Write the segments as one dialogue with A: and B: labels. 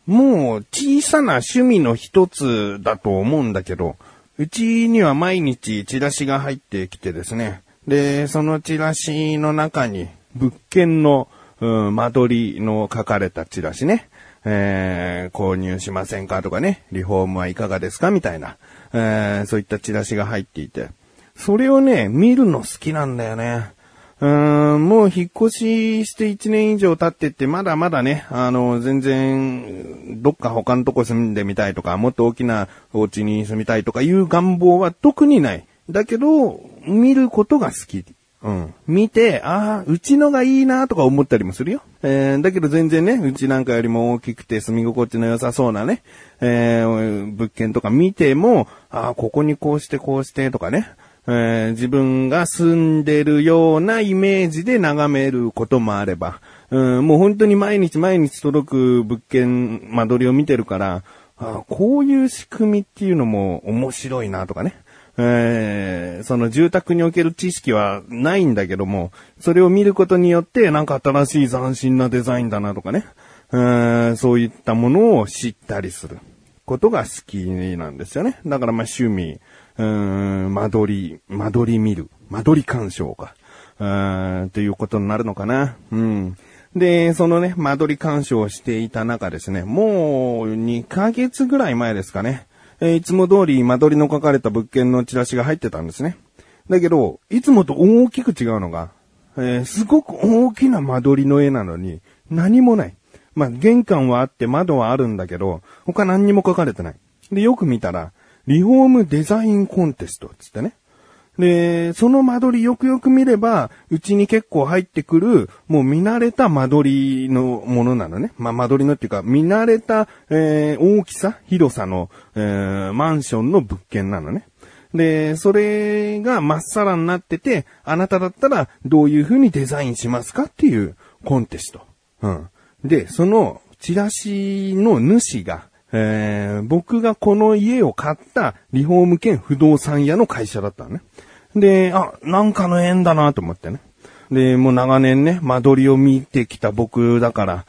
A: もう小さな趣味の一つだと思うんだけど、うちには毎日チラシが入ってきてですね。で、そのチラシの中に物件の、間取りの書かれたチラシね。購入しませんかとかね。リフォームはいかがですかみたいな、そういったチラシが入っていて。それをね、見るの好きなんだよね。もう引っ越しして1年以上経ってってまだまだね、全然、どっか他のとこ住んでみたいとか、もっと大きなお家に住みたいとかいう願望は特にない。だけど、見ることが好き。見て、うちのがいいなとか思ったりもするよ。だけど全然ね、うちなんかよりも大きくて住み心地の良さそうなね、物件とか見ても、ここにこうしてこうしてとかね、自分が住んでるようなイメージで眺めることもあれば、もう本当に毎日毎日届く物件、間取りを見てるから、こういう仕組みっていうのも面白いなとかね。その住宅における知識はないんだけども、それを見ることによってなんか新しい斬新なデザインだなとかね、そういったものを知ったりすることが好きなんですよね。だから趣味、間取り見る、間取り鑑賞か、ということになるのかな。で、そのね、間取り鑑賞をしていた中ですね、もう2ヶ月ぐらい前ですかね。いつも通り間取りの書かれた物件のチラシが入ってたんですね。だけど、いつもと大きく違うのが、すごく大きな間取りの絵なのに何もない。玄関はあって窓はあるんだけど、他何にも書かれてない。で、よく見たら、リフォームデザインコンテストつってね。で、その間取りよくよく見れば、うちに結構入ってくる、もう見慣れた間取りのものなのね。間取りのっていうか、見慣れた、大きさ、広さの、マンションの物件なのね。で、それがまっさらになってて、あなただったらどういう風にデザインしますかっていうコンテスト。で、そのチラシの主が、僕がこの家を買ったリフォーム兼不動産屋の会社だったのね。で、なんかの縁だなと思ってね。で、もう長年ね、間取りを見てきた僕だから、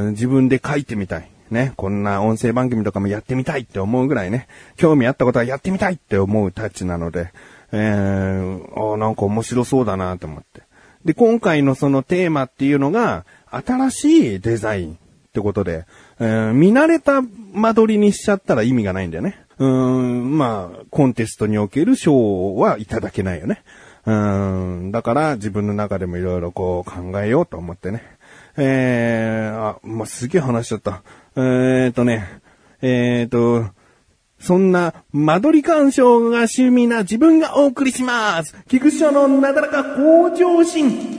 A: 自分で書いてみたい。ね、こんな音声番組とかもやってみたいって思うぐらいね、興味あったことはやってみたいって思うたちなので、なんか面白そうだなと思って。で、今回のそのテーマっていうのが、新しいデザインってことで、見慣れた間取りにしちゃったら意味がないんだよね。コンテストにおける賞はいただけないよね。だから自分の中でもいろいろこう考えようと思ってね。すげえ話しちゃった。そんな間取り鑑賞が趣味な自分がお送りします。菊池のなだらか向上心。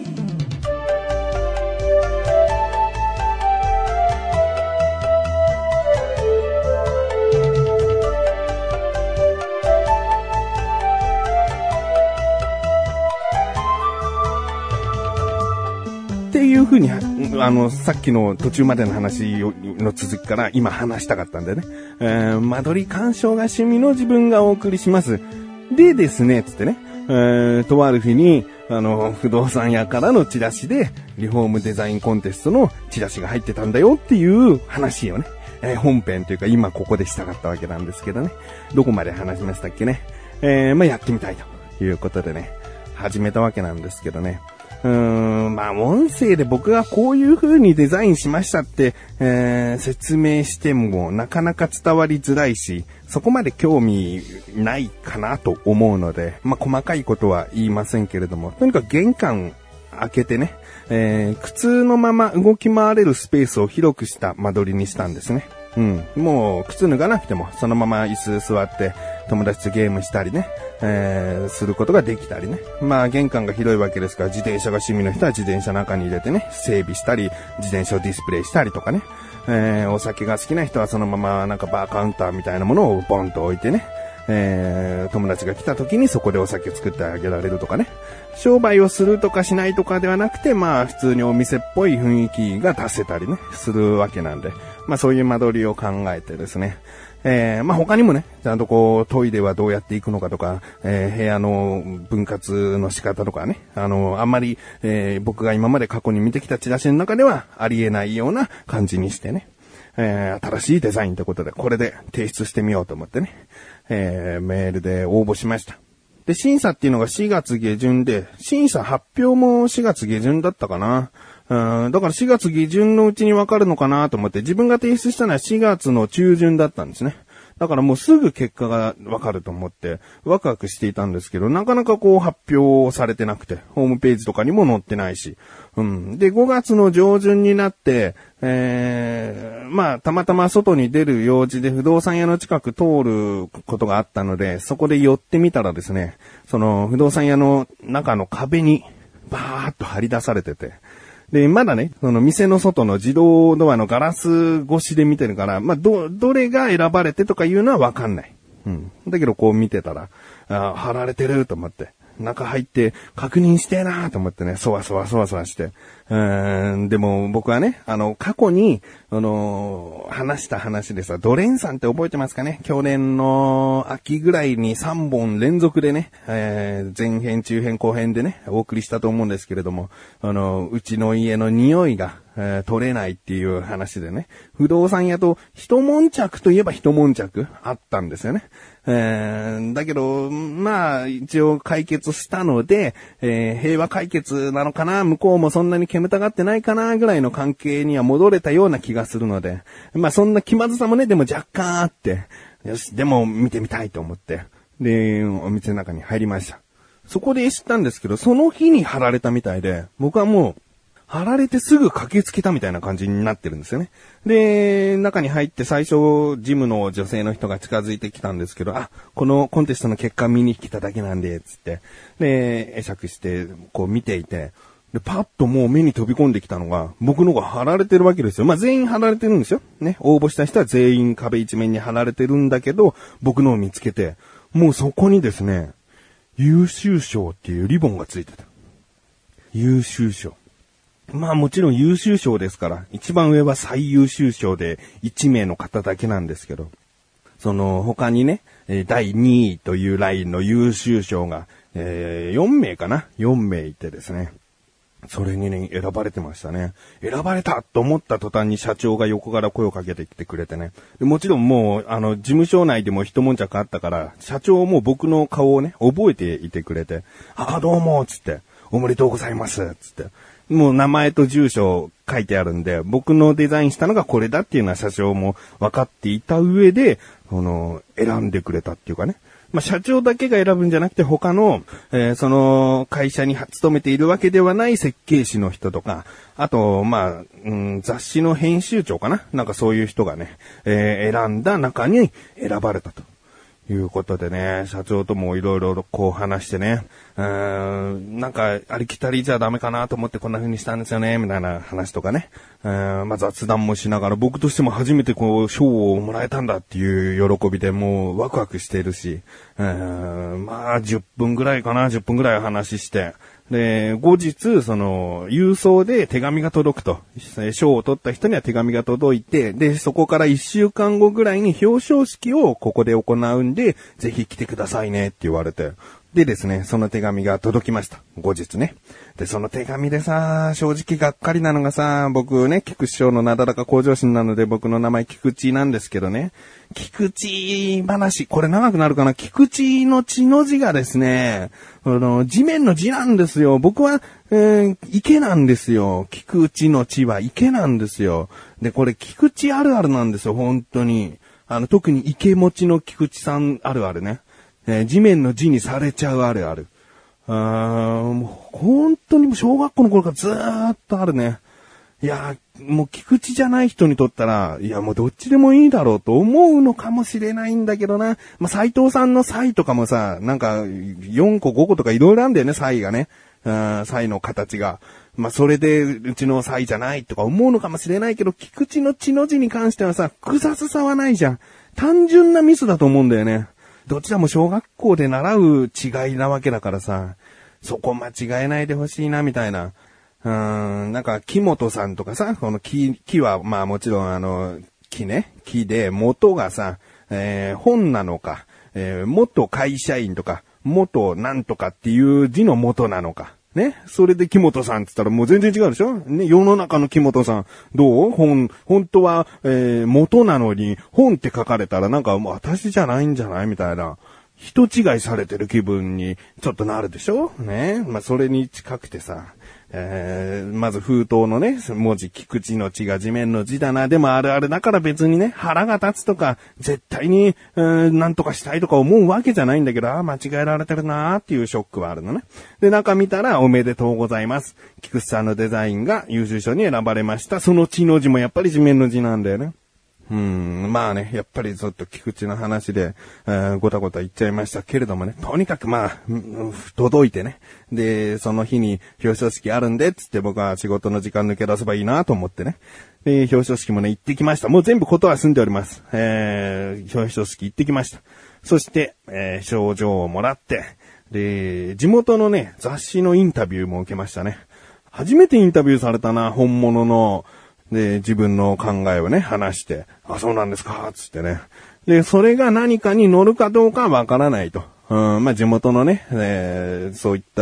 A: っていう風に、さっきの途中までの話の続きから今話したかったんでね。間取り鑑賞が趣味の自分がお送りします。でですね、つってね、とある日に、不動産屋からのチラシで、リフォームデザインコンテストのチラシが入ってたんだよっていう話をね、本編というか今ここでしたかったわけなんですけどね。どこまで話しましたっけね。やってみたいということでね、始めたわけなんですけどね。音声で僕がこういう風にデザインしましたって、説明してもなかなか伝わりづらいし、そこまで興味ないかなと思うので、細かいことは言いませんけれども、とにかく玄関開けてね、靴のまま動き回れるスペースを広くした間取りにしたんですね。もう靴脱がなくてもそのまま椅子座って友達とゲームしたりね、することができたりね。玄関が広いわけですから、自転車が趣味の人は自転車中に入れてね、整備したり、自転車をディスプレイしたりとかね。お酒が好きな人はそのままなんかバーカウンターみたいなものをボンと置いてね、友達が来た時にそこでお酒作ってあげられるとかね。商売をするとかしないとかではなくて、普通にお店っぽい雰囲気が出せたりね、するわけなんで、そういう間取りを考えてですね。他にもね、ちゃんとこう、トイレはどうやって行くのかとか、部屋の分割の仕方とかね、あんまり、僕が今まで過去に見てきたチラシの中ではありえないような感じにしてね。 新しいデザインってことで、これで提出してみようと思ってね、メールで応募しました。で、審査っていうのが4月下旬で、審査発表も4月下旬だったかな。だから4月下旬のうちにわかるのかなと思って、自分が提出したのは4月の中旬だったんですね。だからもうすぐ結果がわかると思ってワクワクしていたんですけど、なかなかこう発表されてなくて、ホームページとかにも載ってないし。で、5月の上旬になって、たまたま外に出る用事で不動産屋の近く通ることがあったので、そこで寄ってみたらですね、その不動産屋の中の壁にバーッと張り出されてて、で、まだね、その店の外の自動ドアのガラス越しで見てるから、どれが選ばれてとかいうのはわかんない。だけどこう見てたら、貼られてると思って、中入って確認してえなと思ってね、そわそわして。でも僕はね、過去に、話した話でさ、ドレンさんって覚えてますかね？去年の秋ぐらいに3本連続でね、前編、中編、後編でね、お送りしたと思うんですけれども、うちの家の匂いが、取れないっていう話でね、不動産屋と一悶着といえば一悶着あったんですよね。だけど、一応解決したので、平和解決なのかな、向こうもそんなに煙たがってないかな、ぐらいの関係には戻れたような気がするので、そんな気まずさもね、でも若干あって、よし、でも見てみたいと思って、で、お店の中に入りました。そこで知ったんですけど、その日に貼られたみたいで、僕はもう、貼られてすぐ駆けつけたみたいな感じになってるんですよね。で、中に入って最初、ジムの女性の人が近づいてきたんですけど、このコンテストの結果見に来ただけなんで、つって。で、会釈して、こう見ていて、で、パッともう目に飛び込んできたのが、僕のが貼られてるわけですよ。全員貼られてるんですよ。ね。応募した人は全員壁一面に貼られてるんだけど、僕のを見つけて、もうそこにですね、優秀賞っていうリボンがついてた。優秀賞。もちろん優秀賞ですから、一番上は最優秀賞で1名の方だけなんですけど、その他にね、第2位というラインの優秀賞が、4名かな ?4 名いてですね。それにね、選ばれてましたね。選ばれたと思った途端に社長が横から声をかけてきてくれてね。もちろんもう、事務所内でも一悶着あったから、社長も僕の顔をね、覚えていてくれて、どうも、つって、おめでとうございます、つって。もう名前と住所書いてあるんで、僕のデザインしたのがこれだっていうのは社長も分かっていた上で、選んでくれたっていうかね。社長だけが選ぶんじゃなくて他の、その会社に勤めているわけではない設計士の人とか、あと、雑誌の編集長かな？なんかそういう人がね、選んだ中に選ばれたと。いうことでね、社長ともいろいろこう話してね、なんかありきたりじゃダメかなと思ってこんな風にしたんですよね、みたいな話とかね、雑談もしながら僕としても初めてこう賞をもらえたんだっていう喜びでもうワクワクしているし、10分ぐらいかな、10分ぐらい話して、で、後日、郵送で手紙が届くと。賞を取った人には手紙が届いて、で、そこから1週間後ぐらいに表彰式をここで行うんで、ぜひ来てくださいねって言われて。でですね、その手紙が届きました。後日ね。で、その手紙でさ、正直がっかりなのがさ、僕ね、菊池賞のなだらか向上心なので僕の名前菊池なんですけどね。菊池話、これ長くなるかな？菊池の地の字がですね、地面の字なんですよ。僕は、池なんですよ。菊池の地は池なんですよ。で、これ菊池あるあるなんですよ、本当に。特に池持ちの菊池さんあるあるね。地面の字にされちゃうあるある。もう本当に小学校の頃からずーっとあるね。いや、もう菊池じゃない人にとったら、いやもうどっちでもいいだろうと思うのかもしれないんだけどな。斉藤さんのサイとかもさ、なんか4個5個とかいろいろあるんだよね、サイがね。サイの形が。それでうちのサイじゃないとか思うのかもしれないけど、菊池の地の字に関してはさ、複雑さはないじゃん。単純なミスだと思うんだよね。どちらも小学校で習う違いなわけだからさ、そこ間違えないでほしいな、みたいな。なんか、木本さんとかさ、この木は、もちろん木ね、木で、元がさ、本なのか、元会社員とか、元なんとかっていう字の元なのか、 ね。それで木本さんって言ったらもう全然違うでしょね。世の中の木本さん、どう本当は、元なのに、本って書かれたらなんかもう私じゃないんじゃないみたいな。人違いされてる気分にちょっとなるでしょね。まあ、それに近くてさ、まず封筒のね、文字、菊池の地が地面の字だな。でもあるあるだから別にね、腹が立つとか、絶対に、なんとかしたいとか思うわけじゃないんだけど、間違えられてるなーっていうショックはあるのね。で、中見たらおめでとうございます。菊池さんのデザインが優秀賞に選ばれました。その地の字もやっぱり地面の字なんだよね。まあね、やっぱりちょっと菊池の話で、ごたごた言っちゃいましたけれどもね、とにかくまあ、届いてね。で、その日に表彰式あるんで、つって僕は仕事の時間抜け出せばいいなと思ってね。で、表彰式もね、行ってきました。もう全部ことは済んでおります。表彰式行ってきました。そして、賞状をもらって、で、地元のね、雑誌のインタビューも受けましたね。初めてインタビューされたな、本物の、で、自分の考えをね、話して、そうなんですか、つってね。で、それが何かに乗るかどうかはわからないと。まあ、地元のね、そういった、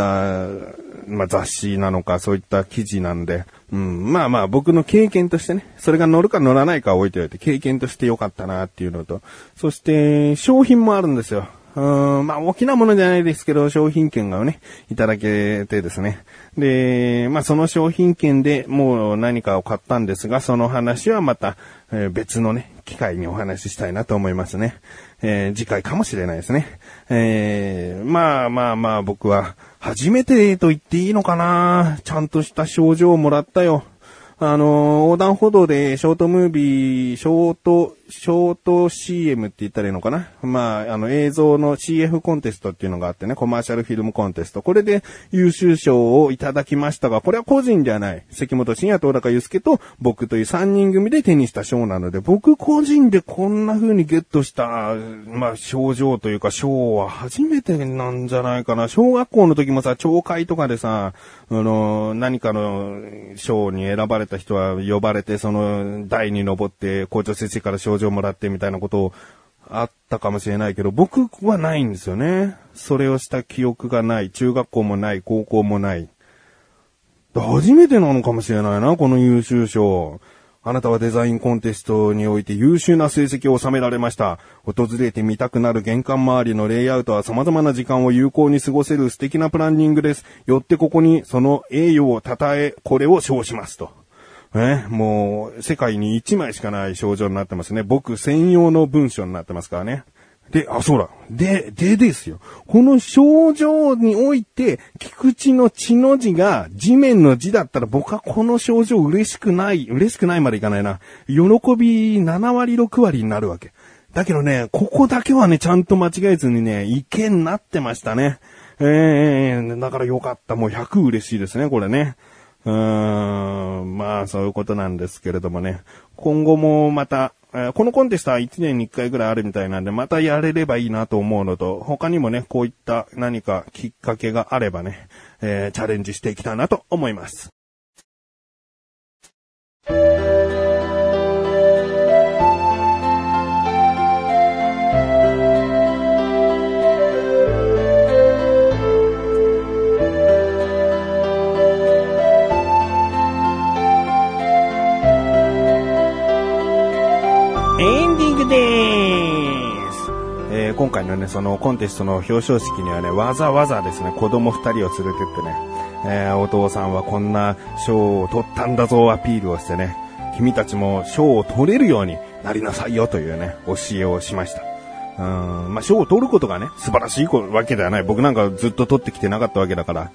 A: まあ、雑誌なのか、そういった記事なんで、まあまあ、僕の経験としてね、それが乗るか乗らないかは置いておいて、経験としてよかったなっていうのと、そして、商品もあるんですよ。まあ、大きなものじゃないですけど、商品券がね、いただけてですね。で、まあ、その商品券でもう何かを買ったんですが、その話はまた、別のね、機会にお話ししたいなと思いますね。次回かもしれないですね。まあまあまあ、僕は、初めてと言っていいのかな。ちゃんとした賞状をもらったよ。横断歩道でショートムービー、ショート CM って言ったらいいのかな。まあ、映像の CF コンテストっていうのがあってね、コマーシャルフィルムコンテスト。これで優秀賞をいただきましたが、これは個人ではない。関本慎也と小高祐介と僕という3人組で手にした賞なので、僕個人でこんな風にゲットした、まあ、賞状というか賞は初めてなんじゃないかな。小学校の時もさ、懲戒とかでさ、何かの賞に選ばれた人は呼ばれて、その台に登って校長先生から賞状もらってみたいなことあったかもしれないけど、僕はないんですよね。それをした記憶がない。中学校もない、高校もない。初めてなのかもしれないな、この優秀賞。あなたはデザインコンテストにおいて優秀な成績を収められました。訪れてみたくなる玄関周りのレイアウトは様々な時間を有効に過ごせる素敵なプランニングです。よってここにその栄誉を称え、これを称しますと。もう世界に1枚しかない賞状になってますね。僕専用の文章になってますからね。で、そうだ。でですよ。この賞状において、菊池の地の字が地面の字だったら僕はこの賞状嬉しくないまでいかないな。喜び7割6割になるわけ。だけどね、ここだけはね、ちゃんと間違えずにね、意見になってましたね。だからよかった。もう100嬉しいですね、これね。まあそういうことなんですけれどもね。今後もまた、このコンテストは1年に1回ぐらいあるみたいなんで、またやれればいいなと思うのと、他にもね、こういった何かきっかけがあればね、チャレンジしていきたいなと思います。今回のね、そのコンテストの表彰式にはね、わざわざですね、子供2人を連れてってね、お父さんはこんな賞を取ったんだぞアピールをしてね、君たちも賞を取れるようになりなさいよというね、教えをしました。まあ、賞を取ることがね、素晴らしいわけではない。僕なんかずっと取ってきてなかったわけだから、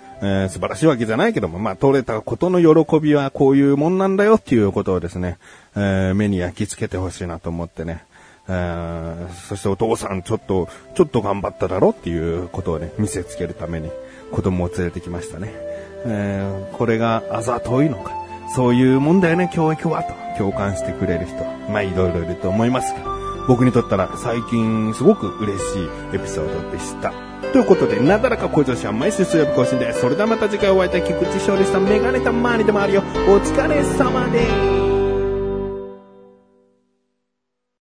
A: 素晴らしいわけじゃないけども、まあ、取れたことの喜びはこういうもんなんだよっていうことをですね、目に焼き付けてほしいなと思ってね。そしてお父さんちょっと頑張っただろっていうことをね、見せつけるために子供を連れてきましたね。これがあざといのか、そういうもんだよね、教育はと共感してくれる人、まあいろいろいると思いますが、僕にとったら最近すごく嬉しいエピソードでした。ということで、なだらか向上心は毎週水曜日更新です。それではまた次回お会いいたい菊池勝利さん、メガネたまわりでもあるよ。お疲れ様です。